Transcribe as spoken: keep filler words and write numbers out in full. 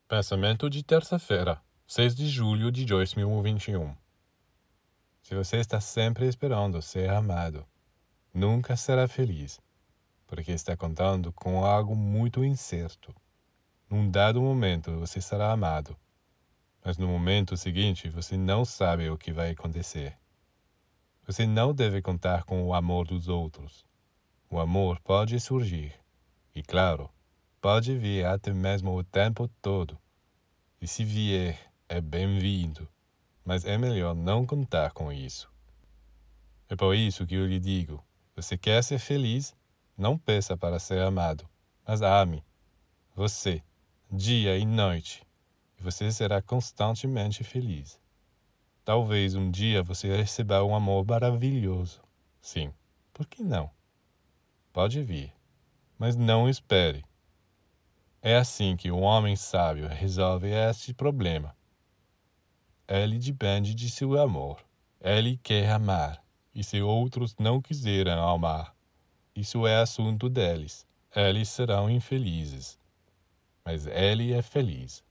Pensamento de terça-feira, seis de julho de dois mil e vinte e um. Se você está sempre esperando ser amado, nunca será feliz, porque está contando com algo muito incerto. Num dado momento você será amado, mas no momento seguinte você não sabe o que vai acontecer. Você não deve contar com o amor dos outros. O amor pode surgir, e claro, pode vir até mesmo o tempo todo. E se vier, é bem-vindo, mas é melhor não contar com isso. É por isso que eu lhe digo, você quer ser feliz? Não peça para ser amado, mas ame você, dia e noite, e você será constantemente feliz. Talvez um dia você receba um amor maravilhoso. Sim, por que não? Pode vir, mas não espere. É assim que um homem sábio resolve este problema. Ele depende de seu amor. Ele quer amar, e se outros não quiserem amar, isso é assunto deles. Eles serão infelizes, mas ele é feliz.